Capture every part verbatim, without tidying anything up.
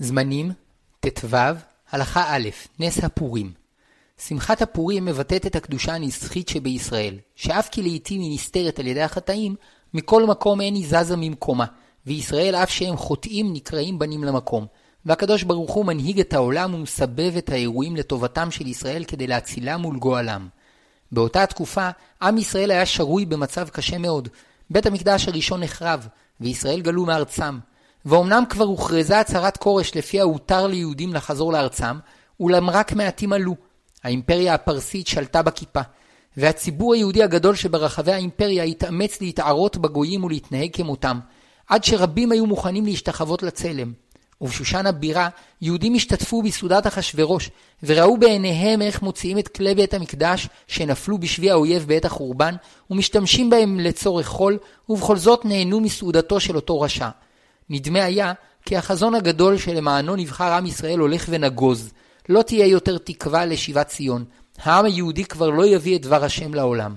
זמנים, תתו, הלכה א', נס הפורים. שמחת הפורים מבטאת את הקדושה הנצחית שבישראל, שאף כי לעתים היא נסתרת על ידי החטאים, מכל מקום אין היא זזה ממקומה, וישראל אף שהם חוטאים נקראים בנים למקום. והקדוש ברוך הוא מנהיג את העולם ומסבב את האירועים לטובתם של ישראל כדי להצילם ולגואלם. באותה תקופה, עם ישראל היה שרוי במצב קשה מאוד. בית המקדש הראשון נחרב, וישראל גלו מארצם. ואומנם כבר הוכרזה הצהרת קורש לפיה הותר ליהודים לחזור לארצם, אולם רק מעטים עלו. האימפריה הפרסית שלטה בכיפה, והציבור היהודי הגדול שברחבי האימפריה התאמץ להתערות בגויים ולהתנהג כמותם, עד שרבים היו מוכנים להשתחוות לצלם. ובשושן הבירה, יהודים השתתפו בסעודת אחשוורוש, וראו בעיניהם איך מוציאים את כלי בית המקדש שנפלו בשבי האויב בעת החורבן, ומשתמשים בהם לצורך חול, ובכל זאת נהנו מסעודתו של אותו רשע. נדמה היה כי החזון הגדול שלמענו נבחר עם ישראל הולך ונגוז. לא תהיה יותר תקווה לשיבת ציון. העם היהודי כבר לא יביא את דבר השם לעולם.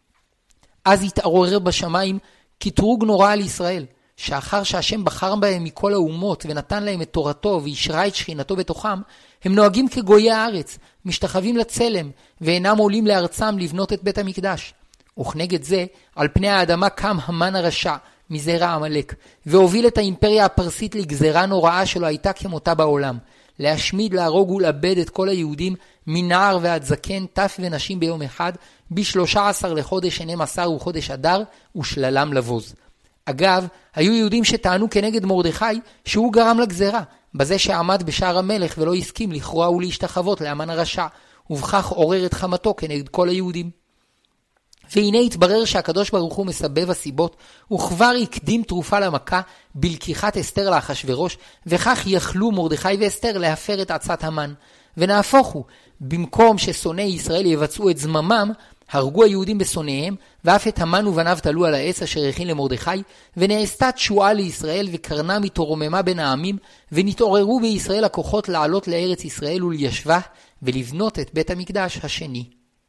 אז התעורר בשמיים קטרוג נורא על ישראל, שאחר שהשם בחר בהם מכל האומות ונתן להם את תורתו וישרה את שכינתו בתוכם, הם נוהגים כגויי הארץ, משתחווים לצלם, ואינם עולים לארצם לבנות את בית המקדש. וכנגד זה, על פני האדמה קם המן הרשע, מזרע עמלק, והוביל את האימפריה הפרסית לגזרה נוראה שלא הייתה כמותה בעולם, להשמיד, להרוג ולאבד את כל היהודים מנער ועד זקן, טף ונשים ביום אחד, בשלושה עשר לחודש שנים עשר וחודש אדר, ושללם לבוז. אגב, היו יהודים שטענו כנגד מרדכי שהוא גרם לגזרה, בזה שעמד בשער המלך ולא הסכים לכרוע ולהשתחוות לאמן הרשע, ובכך עורר את חמתו כנגד כל היהודים. והנה התברר שהקדוש ברוך הוא מסבב הסיבות, וכבר הקדים תרופה למכה בלקיחת אסתר לאחשוורוש, וכך יכלו מרדכי ואסתר להפר את עצת המן. ונהפוך הוא, במקום ששונאי ישראל יבצעו את זממם, הרגו היהודים בשונאיהם, ואף את המן ובניו תלו על העץ אשר הכין למרדכי, ונעשתה תשועה לישראל וקרנה מתרוממה בין העמים, ונתעוררו בישראל הכוחות לעלות לארץ ישראל וליישבה, ולבנות את בית המקדש השני.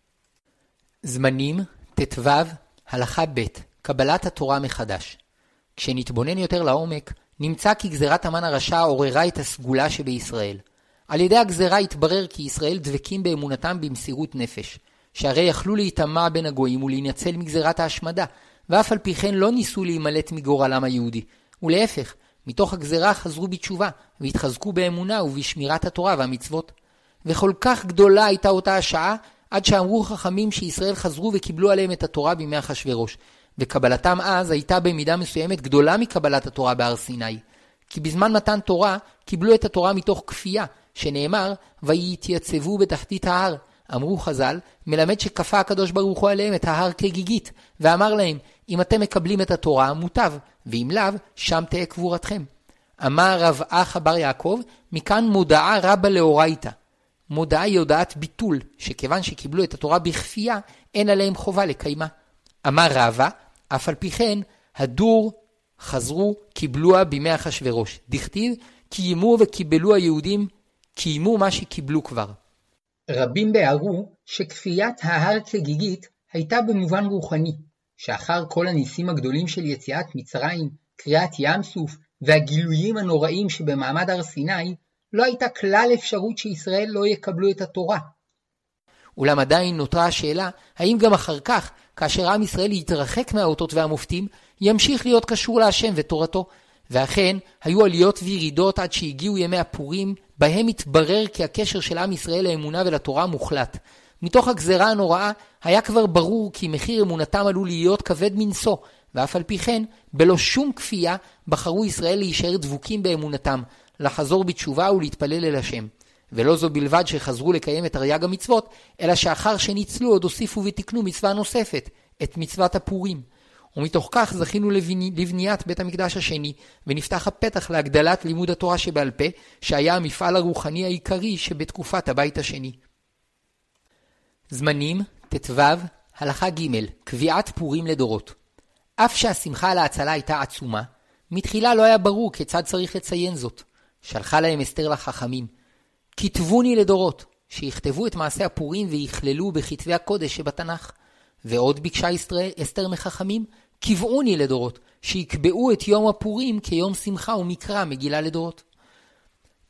זמנים, תתו, הלכה ב', קבלת התורה מחדש. כשנתבונן יותר לעומק, נמצא כי גזירת המן הרשע עוררה את הסגולה שבישראל. על ידי הגזירה התברר כי ישראל דבקים באמונתם במסירות נפש, שהרי יכלו להתאמה בין הגויים ולהינצל מגזירת ההשמדה, ואף על פי כן לא ניסו להימלט מגורלם היהודי. ולהפך, מתוך הגזירה חזרו בתשובה, והתחזקו באמונה ובשמירת התורה והמצוות. וכל כך גדולה הייתה אותה השעה, עד שאמרו חכמים שישראל חזרו וקיבלו עליהם את התורה בימי אחשוורוש, וקבלתם אז הייתה במידה מסוימת גדולה מקבלת התורה בהר סיני. כי בזמן מתן תורה קיבלו את התורה מתוך כפייה, שנאמר, ויתייצבו בתחתית ההר. אמרו חז"ל, מלמד שכפה הקדוש ברוך הוא עליהם את ההר כגיגית, ואמר להם, אם אתם מקבלים את התורה, מוטב, ואם לאו, שם תהיה קבורתכם. אמר רב אחא בר יעקב, מכאן מודעה רבה לאורייתא. מודעה היא הודעת ביטול, שכיוון שקיבלו את התורה בכפייה, אין עליהם חובה לקיימה. אמר רבא, אף על פי כן, הדור חזרו, קיבלוה בימי אחשוורוש. דכתיב, קיימו וקיבלו היהודים, קיימו מה שקיבלו כבר. רבים ביארו שכפיית ההר כגיגית הייתה במובן רוחני, שאחר כל הניסים הגדולים של יציאת מצרים, קריאת ים סוף והגילויים הנוראים שבמעמד הר סיני, לא הייתה כלל אפשרות שישראל לא יקבלו את התורה. אולם עדיין נותרה השאלה, האם גם אחר כך, כאשר עם ישראל יתרחק מהאותות והמופתים, ימשיך להיות קשור להשם ותורתו. ואכן, היו עליות וירידות עד שהגיעו ימי הפורים, בהם התברר כי הקשר של עם ישראל לאמונה ולתורה מוחלט. מתוך הגזרה הנוראה, היה כבר ברור כי מחיר אמונתם עלול להיות כבד מנשוא, ואף על פי כן, בלא שום כפייה, בחרו ישראל להישאר דבוקים באמונתם, לחזור בתשובה ולהתפלל אל השם. ולא זו בלבד שחזרו לקיים את תרי"ג המצוות, אלא שאחר שניצלו עוד הוסיפו ותקנו מצווה נוספת, את מצוות הפורים. ומתוך כך זכינו לבני, לבניית בית המקדש השני, ונפתח הפתח להגדלת לימוד התורה שבעל פה, שהיה המפעל הרוחני העיקרי שבתקופת הבית השני. זמנים, תתו, הלכה ג', קביעת פורים לדורות. אף שהשמחה על ההצלה הייתה עצומה, מתחילה לא היה ברור כיצד צריך לציין זאת. שלחה להם אסתר לחכמים, כתבוני לדורות, שיכתבו את מעשה הפורים ויכללו בכתבי הקודש שבתנ"ך. ועוד ביקשה אסתר מחכמים, קבעוני לדורות, שיקבעו את יום הפורים כיום שמחה ומקרא מגילה לדורות.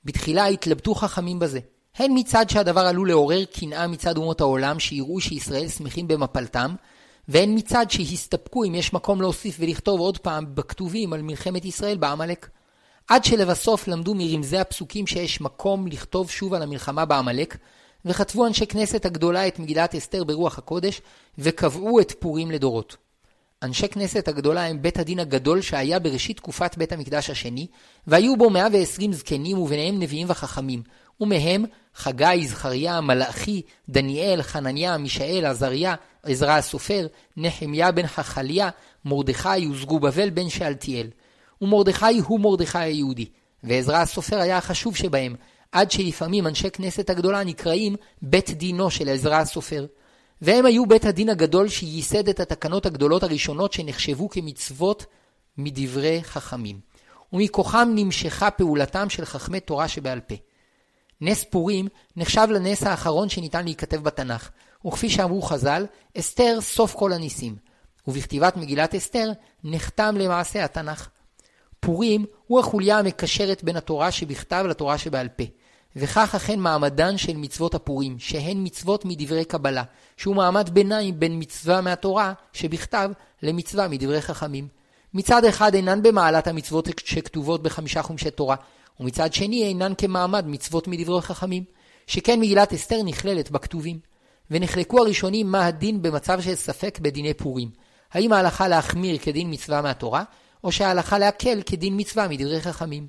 בתחילה התלבטו חכמים בזה, הן מצד שהדבר עלול לעורר קנאה מצד אומות העולם שיראו שישראל שמחים במפלתם, והן מצד שהסתפקו אם יש מקום להוסיף ולכתוב עוד פעם בכתובים על מלחמת ישראל בעמלק. עד שלבסוף למדו מרמזי הפסוקים שיש מקום לכתוב שוב על המלחמה בעמלק, וכתבו אנשי כנסת הגדולה את מגילת אסתר ברוח הקודש, וקבעו את פורים לדורות. אנשי כנסת הגדולה הם בית הדין הגדול שהיה בראשית תקופת בית המקדש השני, והיו בו מאה ועשרים זקנים וביניהם נביאים וחכמים, ומהם חגי, זכריה, מלאכי, דניאל, חנניה, מישאל, עזריה, עזרא הסופר, נחמיה בן חכליה, מרדכי וזרובבל בן שאלתיאל. ומרדכי הוא מרדכי היהודי, ועזרא הסופר היה החשוב שבהם, עד שלפעמים אנשי כנסת הגדולה נקראים בית דינו של עזרא הסופר. והם היו בית הדין הגדול שייסד את התקנות הגדולות הראשונות שנחשבו כמצוות מדברי חכמים. ומכוחם נמשכה פעולתם של חכמי תורה שבעל פה. נס פורים נחשב לנס האחרון שניתן להיכתב בתנ"ך, וכפי שאמרו חז"ל, אסתר סוף כל הניסים. ובכתיבת מגילת אסתר נחתם למעשה התנ"ך. פורים הוא החוליה המקשרת בין התורה שבכתב לתורה שבעל פה. וכך אכן מעמדן של מצוות הפורים, שהן מצוות מדברי קבלה, שהוא מעמד ביניים בין מצווה מהתורה שבכתב למצווה מדברי חכמים. מצד אחד אינן במעלת המצוות שכתובות בחמישה חומשי תורה, ומצד שני אינן כמעמד מצוות מדברי חכמים, שכן מגילת אסתר נכללת בכתובים. ונחלקו הראשונים מה הדין במצב של ספק בדיני פורים. האם ההלכה להחמיר כדין מצווה מהתורה, או שההלכה להקל כדין מצווה מדברי חכמים.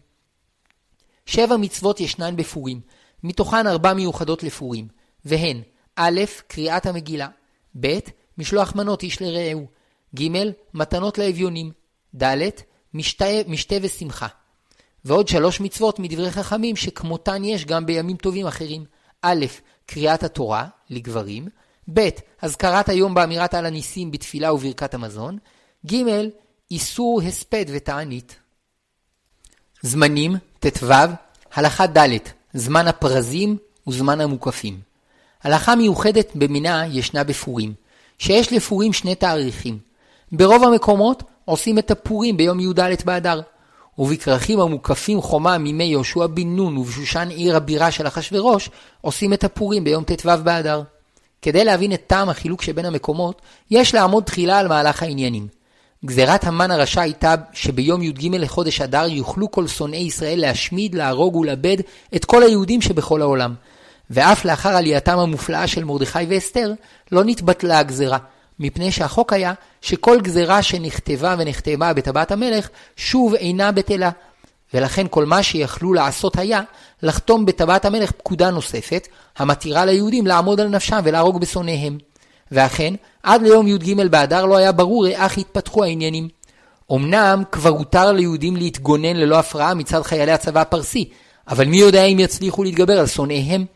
שבע מצוות ישנן בפורים, מתוכן ארבע מיוחדות לפורים, והן א', קריאת המגילה, ב', משלוח מנות איש לרעהו, ג', מתנות לאביונים, ד', משתה, משתה ושמחה. ועוד שלוש מצוות מדברי חכמים שכמותן יש גם בימים טובים אחרים. א', קריאת התורה לגברים, ב', הזכרת היום באמירת על הניסים בתפילה וברכת המזון, ג', איסור הספד ותענית. זמנים, תתו, הלכה ד', זמן הפרזים וזמן המוקפים. הלכה מיוחדת במינה ישנה בפורים, שיש לפורים שני תאריכים. ברוב המקומות עושים את הפורים ביום י"ד באדר, ובכרכים המוקפים חומה מימי יהושע בן נון ובשושן עיר הבירה של אחשוורוש, עושים את הפורים ביום ט"ו באדר. כדי להבין את טעם החילוק שבין המקומות, יש לעמוד תחילה על מהלך העניינים. גזירת המן הרשע הייתה שביום י"ג לחודש אדר יוכלו כל שונאי ישראל להשמיד, להרוג ולאבד את כל היהודים שבכל העולם. ואף לאחר עלייתם המופלאה של מרדכי ואסתר, לא נתבטלה הגזירה, מפני שהחוק היה שכל גזירה שנכתבה ונחתמה בטבעת המלך שוב אינה בטלה. ולכן כל מה שיכלו לעשות היה לחתום בטבעת המלך פקודה נוספת, המתירה ליהודים לעמוד על נפשם ולהרוג בשונאיהם. ואכן, עד ליום י"ג באדר לא היה ברור איך התפתחו העניינים. אמנם כבר הותר ליהודים להתגונן ללא הפרעה מצד חיילי הצבא הפרסי, אבל מי יודע אם יצליחו להתגבר על שונאיהם?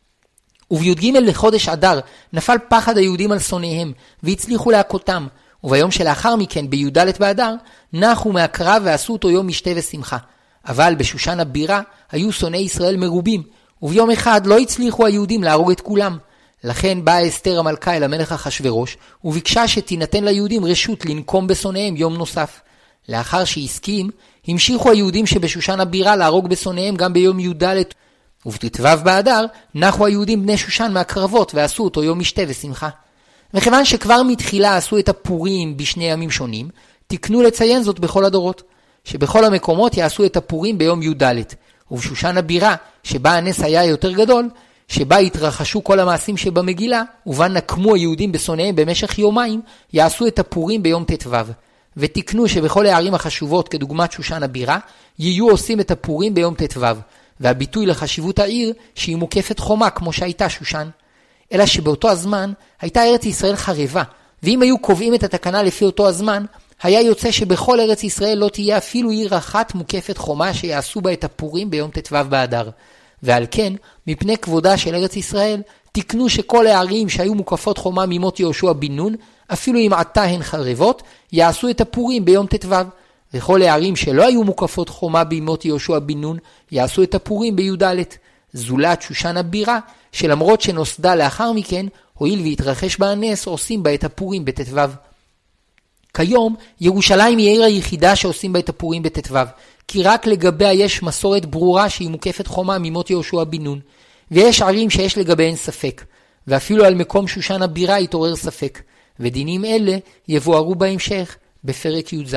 ובי"ג לחודש אדר נפל פחד היהודים על שונאיהם, והצליחו להכותם, וביום שלאחר מכן, בי"ד באדר, נחו מהקרב ועשו אותו יום משתה ושמחה. אבל בשושן הבירה היו שונאי ישראל מרובים, וביום אחד לא הצליחו היהודים להרוג את כולם. לכן באה אסתר המלכה אל המלך אחשוורוש, וביקשה שתינתן ליהודים רשות לנקום בשונאיהם יום נוסף. לאחר שהסכים, המשיכו היהודים שבשושן הבירה להרוג בשונאיהם גם ביום י"ד, ובט"ו באדר נחו היהודים בני שושן מהקרבות ועשו אותו יום משתה ושמחה. וכיוון שכבר מתחילה עשו את הפורים בשני ימים שונים, תקנו לציין זאת בכל הדורות, שבכל המקומות יעשו את הפורים ביום י"ד, ובשושן הבירה, שבה הנס היה יותר גדול, שבה התרחשו כל המעשים שבמגילה, ובה נקמו היהודים בשונאיהם במשך יומיים, יעשו את הפורים ביום ט"ו. ותקנו שבכל הערים החשובות כדוגמת שושן הבירה, יהיו עושים את הפורים ביום ט"ו, והביטוי לחשיבות העיר שהיא מוקפת חומה כמו שהייתה שושן. אלא שבאותו הזמן הייתה ארץ ישראל חרבה, ואם היו קובעים את התקנה לפי אותו הזמן, היה יוצא שבכל ארץ ישראל לא תהיה אפילו עיר אחת מוקפת חומה שיעשו בה את הפורים ביום ט"ו באדר. ועל כן, מפני כבודה של ארץ ישראל, תקנו שכל הערים שהיו מוקפות חומה ממות יהושע בן נון, אפילו אם עתה הן חרבות, יעשו את הפורים ביום ט"ו. וכל הערים שלא היו מוקפות חומה בימות יהושע בן נון, יעשו את הפורים בי"ד. זולת שושן הבירה, שלמרות שנוסדה לאחר מכן, הואיל והתרחש בה הנס, עושים בה את הפורים בט"ו. כיום, ירושלים היא העיר היחידה שעושים בה את הפורים בט"ו, כי רק לגביה יש מסורת ברורה שהיא מוקפת חומה ממות יהושע בן נון, ויש ערים שיש לגביהן ספק, ואפילו על מקום שושן הבירה יתעורר ספק, ודינים אלה יבוארו בהמשך בפרק י"ז.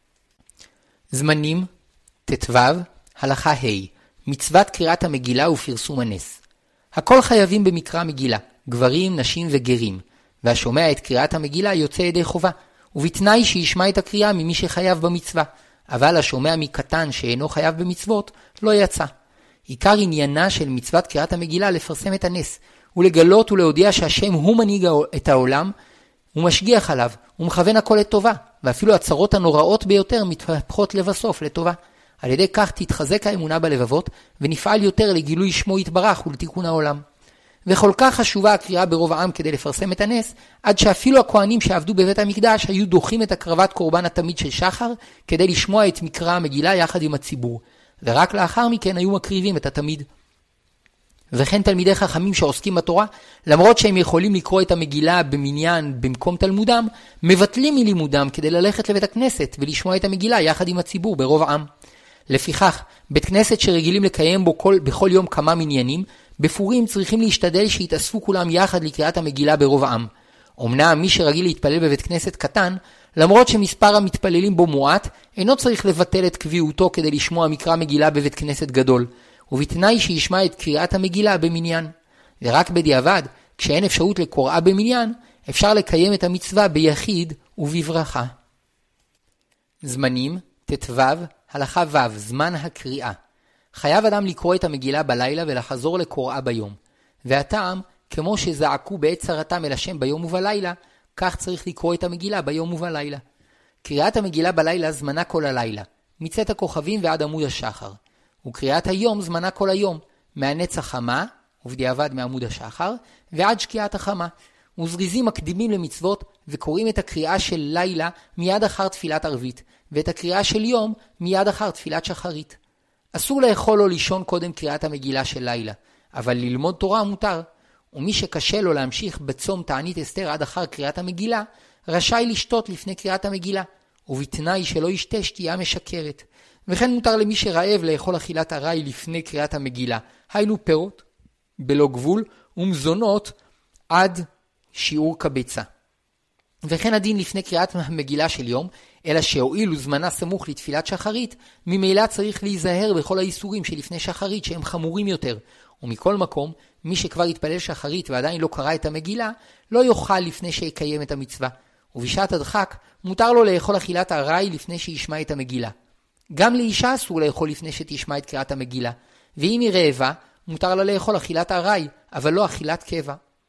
זמנים ט"ו הלכה ה' מצוות קריאת המגילה ופרסום הנס. הכל חייבים במקרא מגילה, גברים, נשים וגרים, והשומע את קריאת המגילה יוצא ידי חובה, ובתנאי שישמע את הקריאה ממי שחייב במצווה, אבל השומע מקטן שאינו חייב במצוות לא יצא. עיקר עניינה של מצוות קריאת המגילה לפרסם את הנס, ולגלות ולהודיע שהשם הוא מנהיג את העולם, הוא משגיח עליו, הוא מכוון הכל לטובה, ואפילו הצרות הנוראות ביותר מתהפכות לבסוף לטובה. על ידי כך תתחזק האמונה בלבבות, ונפעל יותר לגילוי שמו יתברך ולתיקון העולם. וכל כך חשובה הקריאה ברוב העם כדי לפרסם את הנס, עד שאפילו הכהנים שעבדו בבית המקדש היו דוחים את הקרבת קורבן התמיד של שחר, כדי לשמוע את מקרא המגילה יחד עם הציבור. ורק לאחר מכן היו מקריבים את התמיד. וכן תלמידי חכמים שעוסקים בתורה, למרות שהם יכולים לקרוא את המגילה במניין במקום תלמודם, מבטלים מלימודם כדי ללכת לבית הכנסת ולשמוע את המגילה יחד עם הציבור ברוב העם. לפיכך, בית כנסת שרגילים לקיים בו כל, בכל יום כמה מניינים, בפורים צריכים להשתדל שיתאספו כולם יחד לקריאת המגילה ברוב העם. אמנם מי שרגיל להתפלל בבית כנסת קטן, למרות שמספר המתפללים בו מועט, אינו צריך לבטל את קביעותו כדי לשמוע מקרא מגילה בבית כנסת גדול, ובתנאי שישמע את קריאת המגילה במניין. ורק בדיעבד, כשאין אפשרות לקוראה במניין, אפשר לקיים את המצווה ביחיד ובברכה. זמנים ט"ו הלכה ו' זמן הקריאה. חייב אדם לקרוא את המגילה בלילה ולחזור לקוראה ביום. והטעם, כמו שזעקו בעת צרתם אל השם ביום ובלילה, כך צריך לקרוא את המגילה ביום ובלילה. קריאת המגילה בלילה זמנה כל הלילה, מצאת הכוכבים ועד עמוד השחר. וקריאת היום זמנה כל היום, מהנץ החמה, ובדיעבד מעמוד השחר, ועד שקיעת החמה. וזריזים מקדימים למצוות, וקוראים את הקריאה של לילה מיד אחר תפילת ערבית, ואת הקריאה של יום מיד אחר תפילת שחרית. אסור לאכול או לישון קודם קריאת המגילה של לילה, אבל ללמוד תורה מותר. ומי שקשה לו להמשיך בצום תענית אסתר עד אחר קריאת המגילה, רשאי לשתות לפני קריאת המגילה, ובתנאי שלא ישתה שתייה משקרת. וכן מותר למי שרעב לאכול אכילת ארעי לפני קריאת המגילה, היינו פירות בלא גבול ומזונות עד שיעור קבצה. וכן הדין לפני קריאת המגילה של יום, אלא שהועילו זמנה סמוך לתפילת שחרית, ממילא צריך להיזהר בכל האיסורים שלפני שחרית שהם חמורים יותר. ומכל מקום, מי שכבר התפלל שחרית ועדיין לא קרא את המגילה, לא יאכל לפני שיקיים את המצווה. ובשעת הדחק מותר לו לאכול אכילת ארעי לפני שישמע את המגילה. גם לאישה אסור לאכול לפני שתשמע את קריאת המגילה, ואם היא רעבה, מותר לה לאכול אכילת ארעי, אבל לא אכילת קבע.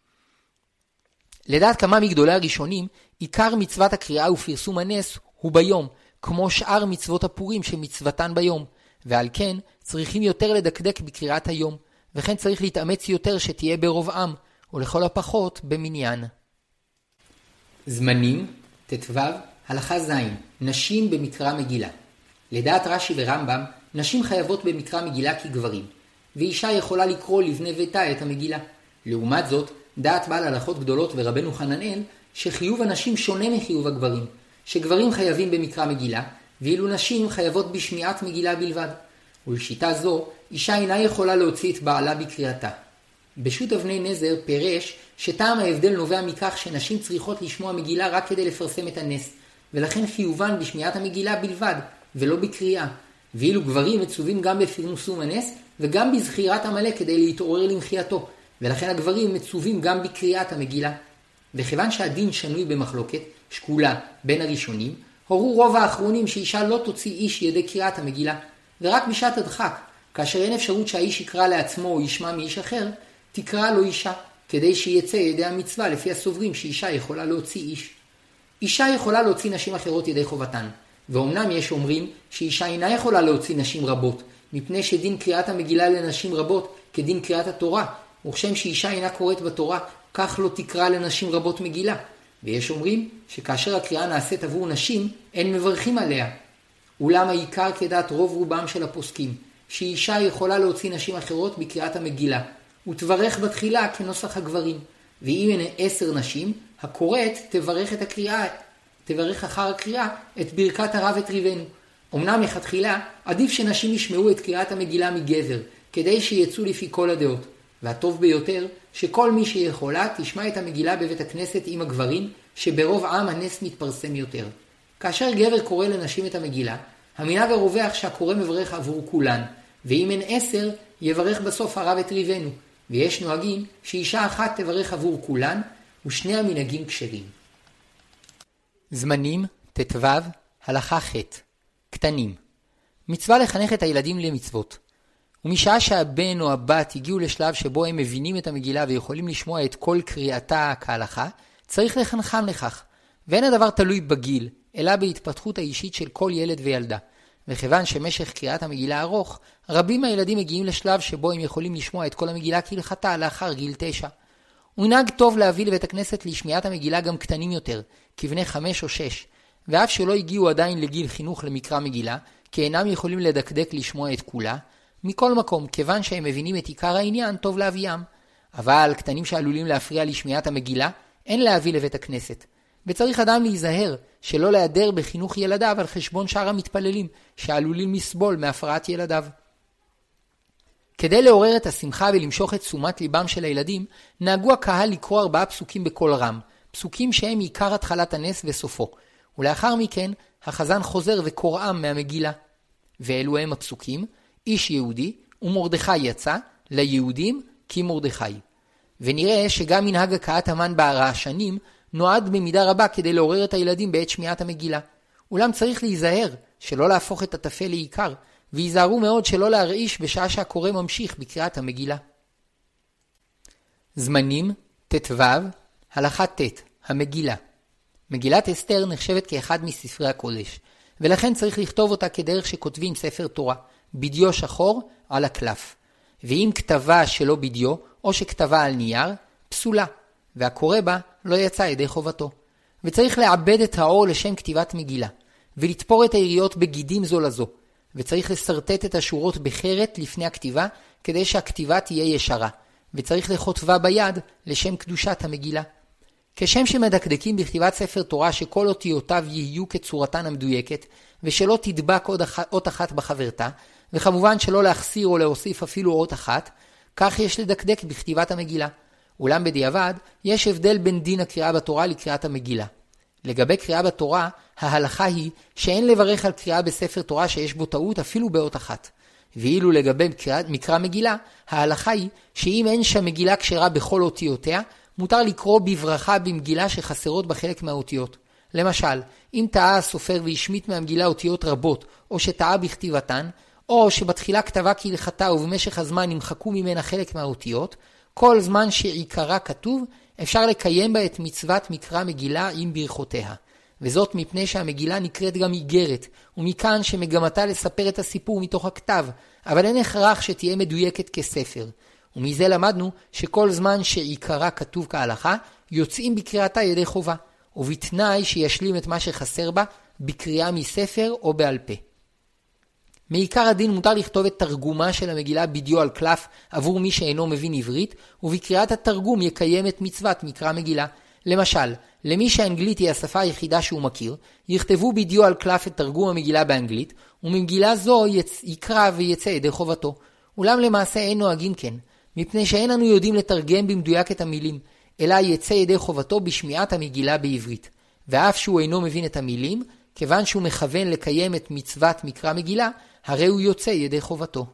לדעת כמה מגדולי הראשונים, עיקר מצוות הקריאה ופרסום הנס הוא ביום, כמו שאר מצוות הפורים שמצוותן ביום, ועל כן צריכים יותר לדקדק בקריאת היום, וכן צריך להתאמץ יותר שתהיה ברוב עם, ולכל הפחות במניין. זמנים ט"ו הלכה ז' נשים במקרא מגילה. לדעת רש"י ורמב"ם, נשים חייבות במקרא מגילה כגברים, ואישה יכולה לקרוא לבני ביתה את המגילה. לעומת זאת, דעת בעל הלכות גדולות ורבנו חננאל, שחיוב הנשים שונה מחיוב הגברים, שגברים חייבים במקרא מגילה, ואילו נשים חייבות בשמיעת מגילה בלבד. ולשיטה זו, אישה אינה יכולה להוציא את בעלה בקריאתה. בשו"ת אבני נזר פירש שטעם ההבדל נובע מכך שנשים צריכות לשמוע מגילה רק כדי לפרסם את הנס, ולכן חיובן בשמיעת המגילה בלבד, ולא בקריאה. ואילו גברים מצווים גם בפרסום הנס, וגם בזכירת עמלק כדי להתעורר למחייתו, ולכן הגברים מצווים גם בקריאת המגילה. וכיוון שהדין שנוי במחלוקת, שקולה בין הראשונים, הורו רוב האחרונים שאישה לא תוציא איש ידי קריאת המגילה, ורק בשעת הדחק, כאשר אין אפשרות שהאיש יקרא לעצמו או ישמע מאיש אחר, תקרא לו אישה, כדי שיצא ידי המצווה לפי הסוברים שאישה יכולה להוציא איש. אישה יכולה להוציא נשים אחרות ידי חובתן, ואומנם יש אומרים שאישה אינה יכולה להוציא נשים רבות, מפני שדין קריאת המגילה לנשים רבות כדין קריאת התורה, וכשם שאישה אינה קוראת בתורה, כך לא תקרא לנשים רבות מגילה. ויש אומרים שכאשר הקריאה נעשית עבור נשים, אין מברכים עליה. אולם העיקר כדעת רוב רובם של הפוסקים, שאישה יכולה להוציא נשים אחרות בקריאת המגילה, ותברך בתחילה כנוסח הגברים. ואם הן עשר נשים, הקוראת תברך את הקריאה, תברך אחר הקריאה את ברכת הרב את ריבנו. אמנם מכתחילה עדיף שנשים ישמעו את קריאת המגילה מגבר, כדי שיצאו לפי כל הדעות, והטוב ביותר שכל מי שיכולה תשמע את המגילה בבית הכנסת עם הגברים, שברוב עם הנס מתפרסם יותר. כאשר גבר קורא לנשים את המגילה, המנהג הרווח שהקורא מברך עבור כולן, ואם אין עשר, יברך בסוף הרב את ריבנו, ויש נוהגים שאישה אחת תברך עבור כולן, ושני המנהגים כשרים. זמנים, תתו, הלכה ח' קטנים. מצווה לחנך את הילדים למצוות. ומשעה שהבן או הבת הגיעו לשלב שבו הם מבינים את המגילה ויכולים לשמוע את כל קריאתה כהלכה, צריך לחנכם לכך. ואין הדבר תלוי בגיל, אלא בהתפתחות האישית של כל ילד וילדה. וכיוון שמשך קריאת המגילה ארוך, רבים מהילדים מגיעים לשלב שבו הם יכולים לשמוע את כל המגילה כהלכתה לאחר גיל תשע. ומנהג טוב להביא לבית הכנסת לשמיעת המגילה גם קטנים יותר, כבני חמש או שש, ואף שלא הגיעו עדיין לגיל חינוך למקרא מגילה, כי אינם יכולים לדקדק לשמוע את כולה, מכל מקום, כיוון שהם מבינים את עיקר העניין, טוב להביאם. אבל קטנים שעלולים להפריע לשמיעת המגילה, אין להביא לבית הכנסת. וצריך אדם להיזהר שלא להיעדר בחינוך ילדיו על חשבון שאר המתפללים, שעלולים לסבול מהפרעת ילדיו. כדי לעורר את השמחה ולמשוך את תשומת ליבם של הילדים, נהגו הקהל לקרוא ארבעה פסוקים בקול רם, פסוקים שהם עיקר התחלת הנס וסופו, ולאחר מכן החזן חוזר וקוראם מהמגילה. ואלו הם הפסוקים, איש יהודי ומרדכי יצא ליהודים כי מרדכי. ונראה שגם מנהג הקאת המן ברעשנים נועד במידה רבה כדי לעורר את הילדים בעת שמיעת המגילה. אולם צריך להיזהר שלא להפוך את הטפל לעיקר, ויזהרו מאוד שלא להרעיש בשעה שהקורא ממשיך בקריאת המגילה. זמנים, תתו, הלכה ת' המגילה. מגילת אסתר נחשבת כאחד מספרי הקודש, ולכן צריך לכתוב אותה כדרך שכותבים ספר תורה, בדיו שחור על הקלף. ואם כתבה שלא בדיו, או שכתבה על נייר, פסולה, והקורא בה לא יצא ידי חובתו. וצריך לעבד את האור לשם כתיבת מגילה, ולתפור את היריות בגידים זו לזו, וצריך לסרטט את השורות בחרת לפני הכתיבה, כדי שהכתיבה תהיה ישרה, וצריך לכותבה ביד לשם קדושת המגילה. כשם שמדקדקים בכתיבת ספר תורה שכל אותיותיו יהיו כצורתן המדויקת, ושלא תדבק עוד אחת, אות אחת בחברתה, וכמובן שלא להחסיר או להוסיף אפילו אות אחת, כך יש לדקדק בכתיבת המגילה. אולם בדיעבד, יש הבדל בין דין הקריאה בתורה לקריאת המגילה. לגבי קריאה בתורה, ההלכה היא שאין לברך על קריאה בספר תורה שיש בו טעות אפילו באות אחת. ואילו לגבי מקרא מגילה, ההלכה היא שאם אין שם מגילה כשרה בכל אותיותיה, מותר לקרוא בברכה במגילה שחסרות בחלק מהאותיות. למשל, אם טעה הסופר והשמיט מהמגילה אותיות רבות, או שטעה בכתיבתן, או שבתחילה כתבה כהלכתה ובמשך הזמן נמחקו ממנה חלק מהאותיות, כל זמן שעיקרה כתוב, אפשר לקיים בה את מצוות מקרא מגילה עם ברכותיה. וזאת מפני שהמגילה נקראת גם איגרת, ומכאן שמגמתה לספר את הסיפור מתוך הכתב, אבל אין הכרח שתהיה מדויקת כספר. ומזה למדנו שכל זמן שעיקרה כתוב כהלכה, יוצאים בקריאתה ידי חובה, ובתנאי שישלים את מה שחסר בה, בקריאה מספר או בעל פה. מעיקר הדין מותר לכתוב את תרגומה של המגילה בדיו על קלף עבור מי שאינו מבין עברית, ובקריאת התרגום יקיים את מצוות מקרא מגילה. למשל, למי שהאנגלית היא השפה היחידה שהוא מכיר, יכתבו בדיו על קלף את תרגום המגילה באנגלית, וממגילה זו יצ... יקרא ויצא ידי חובתו. אולם למעשה אין נוהגים כן, מפני שאין אנו יודעים לתרגם במדויק את המילים, אלא יצא ידי חובתו בשמיעת המגילה בעברית. ואף שהוא אינו מבין את המילים, כיוון שהוא מכוון לקיים את מצוות מקרא מגילה, הרי הוא יוצא ידי חובתו.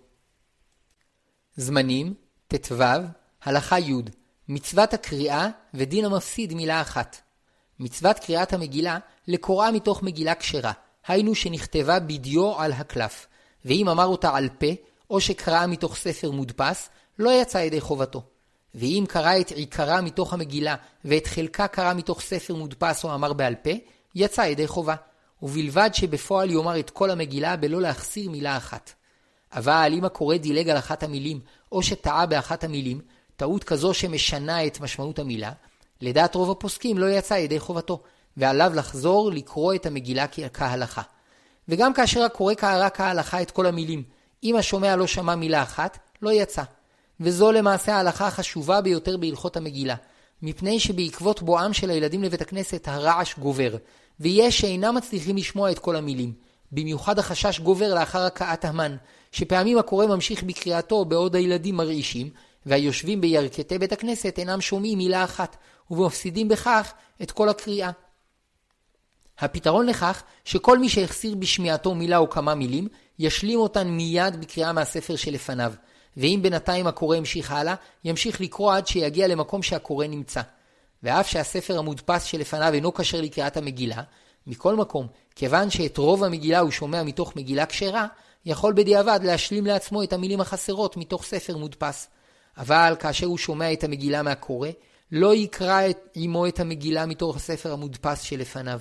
זמנים, תתו, הלכה י' מצוות הקריאה ודין המפסיד מילה אחת. מצוות קריאת המגילה לקוראה מתוך מגילה כשרה, היינו שנכתבה בדיו על הקלף, ואם אמר אותה על פה, או שקראה מתוך ספר מודפס, לא יצא ידי חובתו. ואם קרא את עיקרה מתוך המגילה, ואת חלקה קרא מתוך ספר מודפס או אמר בעל פה, יצא ידי חובה. ובלבד שבפועל יאמר את כל המגילה בלא להחסיר מילה אחת. אבל אם הקורא דילג על אחת המילים, או שטעה באחת המילים, טעות כזו שמשנה את משמעות המילה, לדעת רוב הפוסקים לא יצא ידי חובתו, ועליו לחזור לקרוא את המגילה כהלכה. וגם כאשר הקורא קרא כהלכה את כל המילים, אם השומע לא שמע מילה אחת, לא יצא. וזו למעשה ההלכה החשובה ביותר בהלכות המגילה, מפני שבעקבות בואם של הילדים לבית הכנסת הרעש גובר, ויש שאינם מצליחים לשמוע את כל המילים. במיוחד החשש גובר לאחר הקעת המן, שפעמים הקורא ממשיך בקריאתו בעוד הילדים מרעישים, והיושבים בירכתי בית הכנסת אינם שומעים מילה אחת, ומפסידים בכך את כל הקריאה. הפתרון לכך שכל מי שהחסיר בשמיעתו מילה או כמה מילים, ישלים אותן מיד בקריאה מהספר שלפניו, ואם בינתיים הקורא המשיך הלאה, ימשיך לקרוא עד שיגיע למקום שהקורא נמצא. ואף שהספר המודפס שלפניו אינו כשר לקריאת המגילה, מכל מקום, כיוון שאת רוב המגילה הוא שומע מתוך מגילה כשרה, יכול בדיעבד להשלים לעצמו את המילים החסרות מתוך ספר מודפס. אבל כאשר הוא שומע את המגילה מהקורא, לא יקרא את, עמו את המגילה מתוך הספר המודפס שלפניו.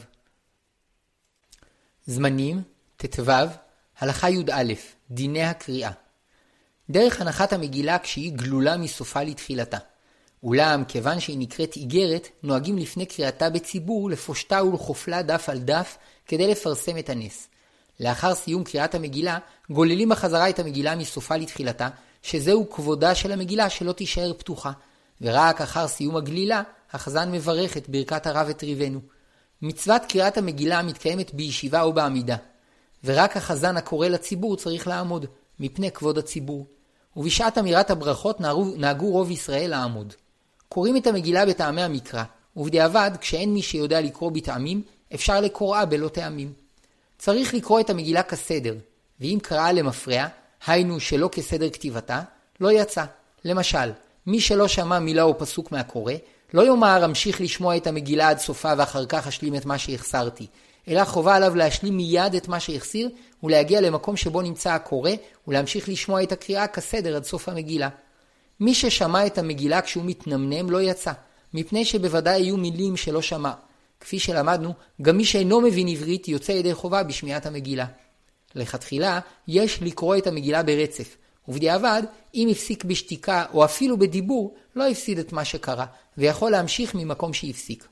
זמנים, תתו, הלכה י"א, דיני הקריאה. דרך הנחת המגילה כשהיא גלולה מסופה לתחילתה. אולם, כיוון שהיא נקראת איגרת, נוהגים לפני קריאתה בציבור לפושטה ולחופלה דף על דף כדי לפרסם את הנס. לאחר סיום קריאת המגילה, גוללים בחזרה את המגילה מסופה לתחילתה, שזהו כבודה של המגילה שלא תישאר פתוחה, ורק אחר סיום הגלילה, החזן מברך את ברכת הרב וטריבנו. מצוות קריאת המגילה מתקיימת בישיבה או בעמידה, ורק החזן הקורא לציבור צריך לעמוד, מפני כבוד הציבור. ובשעת אמירת הברכות נהגו, נהגו רוב ישראל לעמוד. קוראים את המגילה בטעמי המקרא, ובדיעבד, כשאין מי שיודע לקרוא בטעמים, אפשר לקוראה בלא טעמים. צריך לקרוא את המגילה כסדר, ואם קראה למפרע, היינו שלא כסדר כתיבתה, לא יצא. למשל, מי שלא שמע מילה או פסוק מהקורא, לא יאמר המשיך לשמוע את המגילה עד סופה ואחר כך אשלים את מה שהחסרתי, אלא חובה עליו להשלים מיד את מה שהחסיר ולהגיע למקום שבו נמצא הקורא ולהמשיך לשמוע את הקריאה כסדר עד סוף המגילה. מי ששמע את המגילה כשהוא מתנמנם לא יצא, מפני שבוודאי יהיו מילים שלא שמע. כפי שלמדנו, גם מי שאינו מבין עברית יוצא ידי חובה בשמיעת המגילה. לכתחילה יש לקרוא את המגילה ברצף, ובדיעבד, אם הפסיק בשתיקה או אפילו בדיבור, לא הפסיד את מה שקרה, ויכול להמשיך ממקום שהפסיק.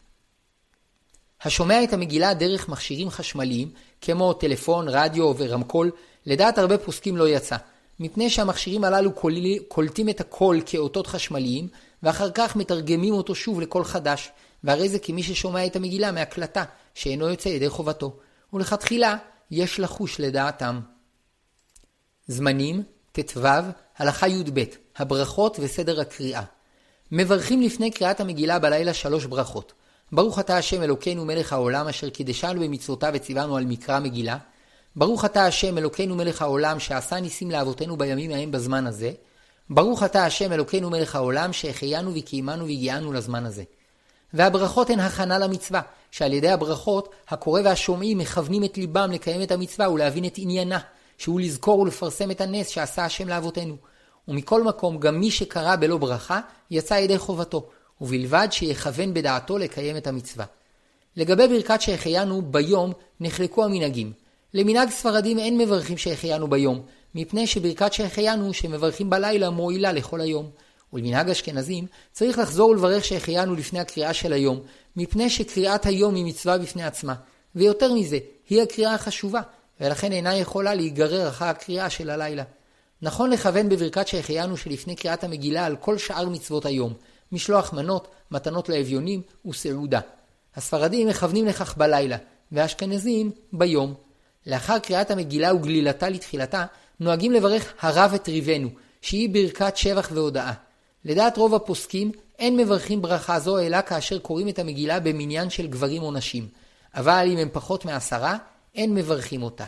השומע את המגילה דרך מכשירים חשמליים, כמו טלפון, רדיו ורמקול, לדעת הרבה פוסקים לא יצא, מפני שהמכשירים הללו קולטים את הקול כאותות חשמליים, ואחר כך מתרגמים אותו שוב לקול חדש, והרי זה כמי ששומע את המגילה מהקלטה, שאינו יוצא ידי חובתו, ולכתחילה יש לחוש לדעתם. זמנים, תתו, הלכה י"ב, הברכות וסדר הקריאה. מברכים לפני קריאת המגילה בלילה שלוש ברכות. ברוך אתה השם אלוקינו מלך העולם אשר קידשנו במצוותיו וציוונו על מקרא מגילה. ברוך אתה השם אלוקינו מלך העולם שעשה ניסים לאבותינו בימים ההם בזמן הזה. ברוך אתה השם אלוקינו מלך העולם שהחיינו וקיימנו והגיענו לזמן הזה. והברכות הן הכנה למצווה, שעל ידי הברכות הקורא והשומעים מכוונים את ליבם לקיים את המצווה ולהבין את עניינה, שהוא לזכור ולפרסם את הנס שעשה השם לאבותינו. ומכל מקום גם מי שקרא בלא ברכה יצא ידי חובתו, ובלבד שיכוון בדעתו לקיים את המצווה. לגבי ברכת שהחיינו ביום נחלקו המנהגים. למנהג ספרדים אין מברכים שהחיינו ביום, מפני שברכת שהחיינו שמברכים בלילה מועילה לכל היום. ולמנהג אשכנזים צריך לחזור ולברך שהחיינו לפני הקריאה של היום, מפני שקריאת היום היא מצווה בפני עצמה, ויותר מזה, היא הקריאה החשובה, ולכן אינה יכולה להיגרר אחר הקריאה של הלילה. נכון לכוון בברכת שהחיינו שלפני קריאת המגילה על כל שאר מצוות היום, משלוח מנות, מתנות לאביונים וסעודה. הספרדים מכוונים לכך בלילה, והאשכנזים ביום. לאחר קריאת המגילה וגלילתה לתחילתה, נוהגים לברך הרב וטריבנו, שהיא ברכת שבח והודאה. לדעת רוב הפוסקים, אין מברכים ברכה זו אלא כאשר קוראים את המגילה במניין של גברים או נשים, אבל אם הם פחות מעשרה, אין מברכים אותה.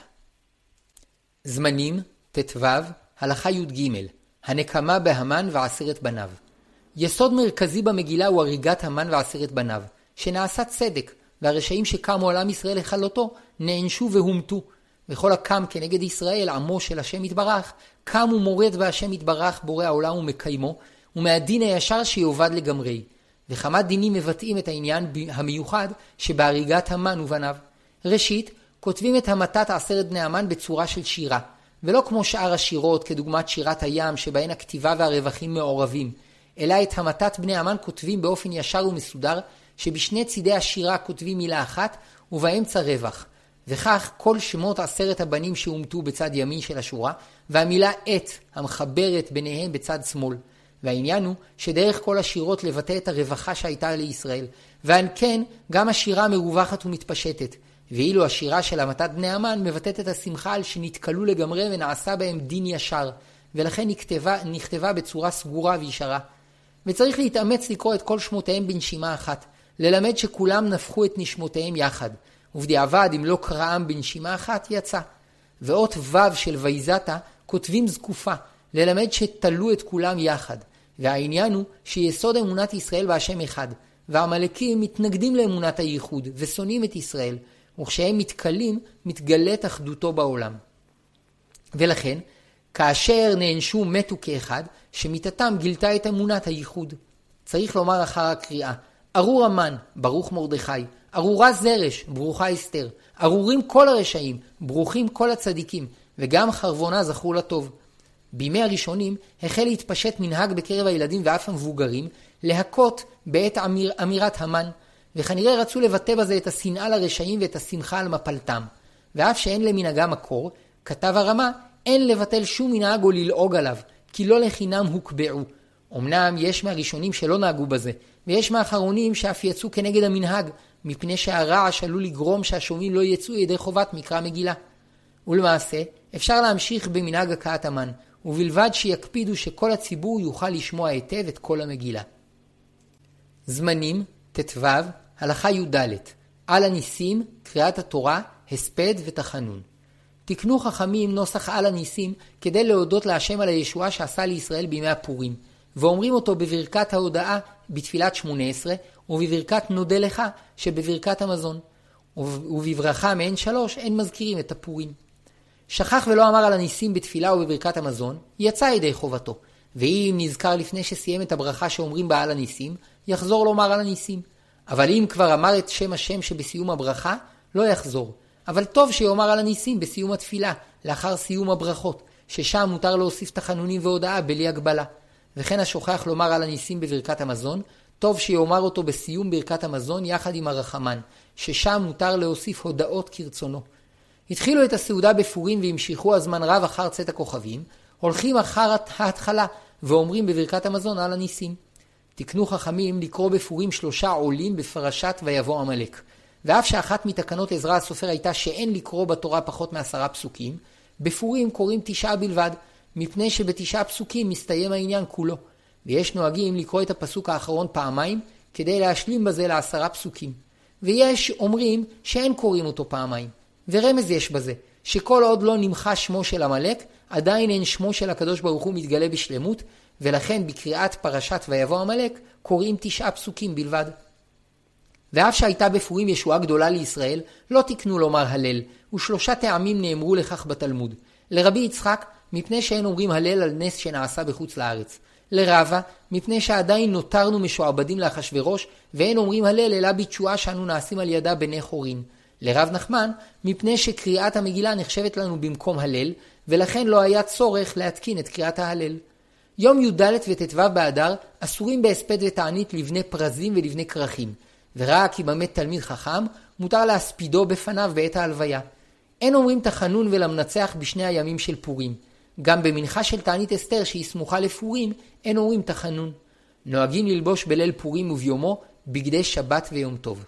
זמנים, תתו, הלכה י"ג, הנקמה בהמן ועשרת בניו. יסוד מרכזי במגילה הוא הריגת המן ועשרת בניו, שנעשה צדק, והרשעים שקמו על עם ישראל לכלותו נענשו והומתו. וכל הקם כנגד ישראל, עמו של השם יתברך, קם ומורד בהשם יתברך בורא העולם ומקיימו, ומהדין הישר שיובד לגמרי. וכמה דינים מבטאים את העניין המיוחד שבהריגת המן ובניו. ראשית, כותבים את המתת עשרת בני המן בצורה של שירה, ולא כמו שאר השירות כדוגמת שירת הים שבהן הכתיבה והרווחים מעורבים, אלא את המתת בני המן כותבים באופן ישר ומסודר, שבשני צידי השירה כותבים מילה אחת ובאמצע רווח. וכך כל שמות עשרת הבנים שהומתו בצד ימין של השורה, והמילה את המחברת ביניהם בצד שמאל. והעניין הוא שדרך כל השירות לבטא את הרווחה שהייתה לישראל, ועל כן גם השירה מרווחת ומתפשטת, ואילו השירה של המתת בני המן מבטאת את השמחה על שנתקלו לגמרי ונעשה בהם דין ישר, ולכן נכתבה, נכתבה בצורה סגורה וישרה. וצריך להתאמץ לקרוא את כל שמותיהם בנשימה אחת, ללמד שכולם נפחו את נשמותיהם יחד, ובדיעבד אם לא קראם בנשימה אחת יצא. ואות ו' של ויזתה כותבים זקופה, ללמד שתלו את כולם יחד, והעניין הוא שיסוד אמונת ישראל בהשם אחד, והעמלקים מתנגדים לאמונת הייחוד ושונאים את ישראל, וכשהם מתקלים מתגלית אחדותו בעולם. ולכן, כאשר נענשו מתו כאחד, שמיתתם גילתה את אמונת הייחוד. צריך לומר אחר הקריאה, ארור המן, ברוך מרדכי, ארורה זרש, ברוכה אסתר, ארורים כל הרשעים, ברוכים כל הצדיקים, וגם חרבונה זכו לטוב. בימי הראשונים החל להתפשט מנהג בקרב הילדים ואף המבוגרים, להכות בעת אמיר, אמירת המן, וכנראה רצו לבטא בזה את השנאה לרשעים ואת השמחה על מפלתם. ואף שאין למנהגה מקור, כתב הרמה, אין לבטל שום מנהג או ללעוג עליו, כי לא לחינם הוקבעו. אמנם יש מהראשונים שלא נהגו בזה, ויש מהאחרונים שאף יצאו כנגד המנהג, מפני שהרעש עלול לגרום שהשומעים לא יצאו ידי חובת מקרא מגילה. ולמעשה, אפשר להמשיך במנהג הכאת המן, ובלבד שיקפידו שכל הציבור יוכל לשמוע היטב את כל המגילה. זמנים, תתו, הלכה י"ד, על הניסים, קריאת התורה, הספד ותחנון. תקנו חכמים נוסח על הניסים כדי להודות להשם על הישועה שעשה לישראל בימי הפורים, ואומרים אותו בברכת ההודעה בתפילת שמונה עשרה, ובברכת נודה לך שבברכת המזון, ובברכה מעין שלוש אין מזכירים את הפורים. שכח ולא אמר על הניסים בתפילה ובברכת המזון, יצא ידי חובתו, ואם נזכר לפני שסיים את הברכה שאומרים בה על הניסים, יחזור לומר על הניסים. אבל אם כבר אמר את שם השם שבסיום הברכה, לא יחזור. אבל טוב שיאמר על הניסים בסיום התפילה, לאחר סיום הברכות, ששם מותר להוסיף תחנונים והודעה בלי הגבלה. וכן השוכח לומר על הניסים בברכת המזון, טוב שיאמר אותו בסיום ברכת המזון יחד עם הרחמן, ששם מותר להוסיף הודעות כרצונו. התחילו את הסעודה בפורים והמשיכו הזמן רב אחר צאת הכוכבים, הולכים אחר ההתחלה ואומרים בברכת המזון על הניסים. תקנו חכמים לקרוא בפורים שלושה עולים בפרשת ויבוא עמלק. ואף שאחת מתקנות עזרא הסופר הייתה שאין לקרוא בתורה פחות מעשרה פסוקים, בפורים קוראים תשעה בלבד, מפני שבתשעה פסוקים מסתיים העניין כולו. ויש נוהגים לקרוא את הפסוק האחרון פעמיים, כדי להשלים בזה לעשרה פסוקים. ויש אומרים שאין קוראים אותו פעמיים. ורמז יש בזה, שכל עוד לא נמחה שמו של עמלק, עדיין אין שמו של הקדוש ברוך הוא מתגלה בשלמות, ולכן בקריאת פרשת ויבוא עמלק קוראים תשעה פסוקים בלבד. ואף שהייתה בפורים ישועה גדולה לישראל, לא תקנו לומר הלל, ושלושה טעמים נאמרו לכך בתלמוד. לרבי יצחק, מפני שאין אומרים הלל על נס שנעשה בחוץ לארץ. לרבה, מפני שעדיין נותרנו משועבדים לאחשוורוש, ואין אומרים הלל אלא בתשועה שאנו נעשים על ידה בני חורין. לרב נחמן, מפני שקריאת המגילה נחשבת לנו במקום הלל, ולכן לא היה צורך להתקין את קריאת ההלל. יום י"ד ותתו באדר אסורים בהספד ותענית לבני פרזים ולבני כרכים, ורק אם המת תלמיד חכם, מותר להספידו בפניו בעת ההלוויה. אין אומרים תחנון ולמנצח בשני הימים של פורים. גם במנחה של תענית אסתר שהיא סמוכה לפורים, אין אומרים תחנון. נוהגים ללבוש בליל פורים וביומו בגדי שבת ויום טוב.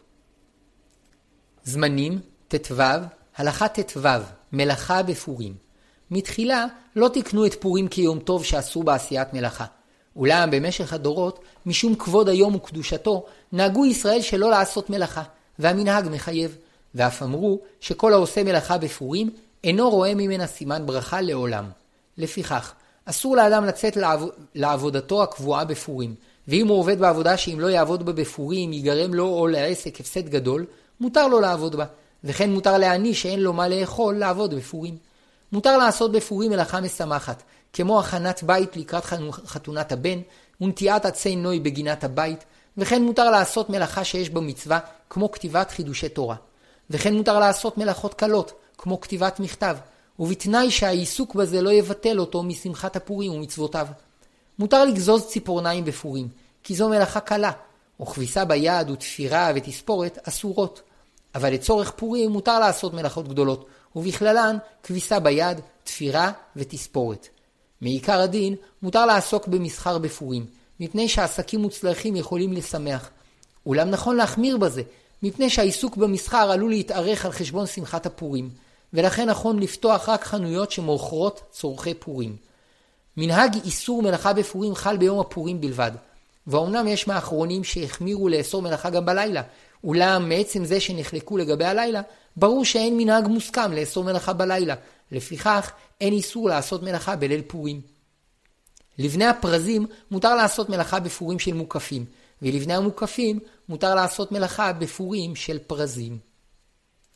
זמנים, תתו, הלכה תתו, מלאכה בפורים. מתחילה לא תקנו את פורים כיום טוב שאסור בעשיית מלאכה. אולם במשך הדורות, משום כבוד היום וקדושתו, נהגו ישראל שלא לעשות מלאכה, והמנהג מחייב. ואף אמרו שכל העושה מלאכה בפורים אינו רואה ממנה סימן ברכה לעולם. לפיכך, אסור לאדם לצאת לעב... לעבודתו הקבועה בפורים, ואם הוא עובד בעבודה שאם לא יעבוד בה בפורים ייגרם לו או לעסק הפסד גדול, מותר לו לעבוד בה, וכן מותר לעני שאין לו מה לאכול לעבוד בפורים. מותר לעשות בפורים מלאכה משמחת, כמו הכנת בית לקראת חתונת הבן, ונטיעת עצי נוי בגינת הבית, וכן מותר לעשות מלאכה שיש בה מצווה, כמו כתיבת חידושי תורה. וכן מותר לעשות מלאכות קלות, כמו כתיבת מכתב, ובתנאי שהעיסוק בזה לא יבטל אותו משמחת הפורים ומצוותיו. מותר לגזוז ציפורניים בפורים, כי זו מלאכה קלה, או כביסה ביד ותפירה ותספורת אסורות. אבל לצורך פורים מותר לעשות מלאכות גדולות, ובכללן כביסה ביד, תפירה ותספורת. מעיקר הדין מותר לעסוק במסחר בפורים, מפני שעסקים מוצלחים יכולים לשמח. אולם נכון להחמיר בזה, מפני שהעיסוק במסחר עלול להתארך על חשבון שמחת הפורים, ולכן נכון לפתוח רק חנויות שמוכרות צורכי פורים. מנהג איסור מלאכה בפורים חל ביום הפורים בלבד, ואומנם יש מאחרונים שהחמירו לאסור מלאכה גם בלילה, אולם מעצם זה שנחלקו לגבי הלילה, ברור שאין מנהג מוסכם לאסור מלאכה בלילה, לפיכך אין איסור לעשות מלאכה בליל פורים. לבני הפרזים מותר לעשות מלאכה בפורים של מוקפים, ולבני המוקפים מותר לעשות מלאכה בפורים של פרזים.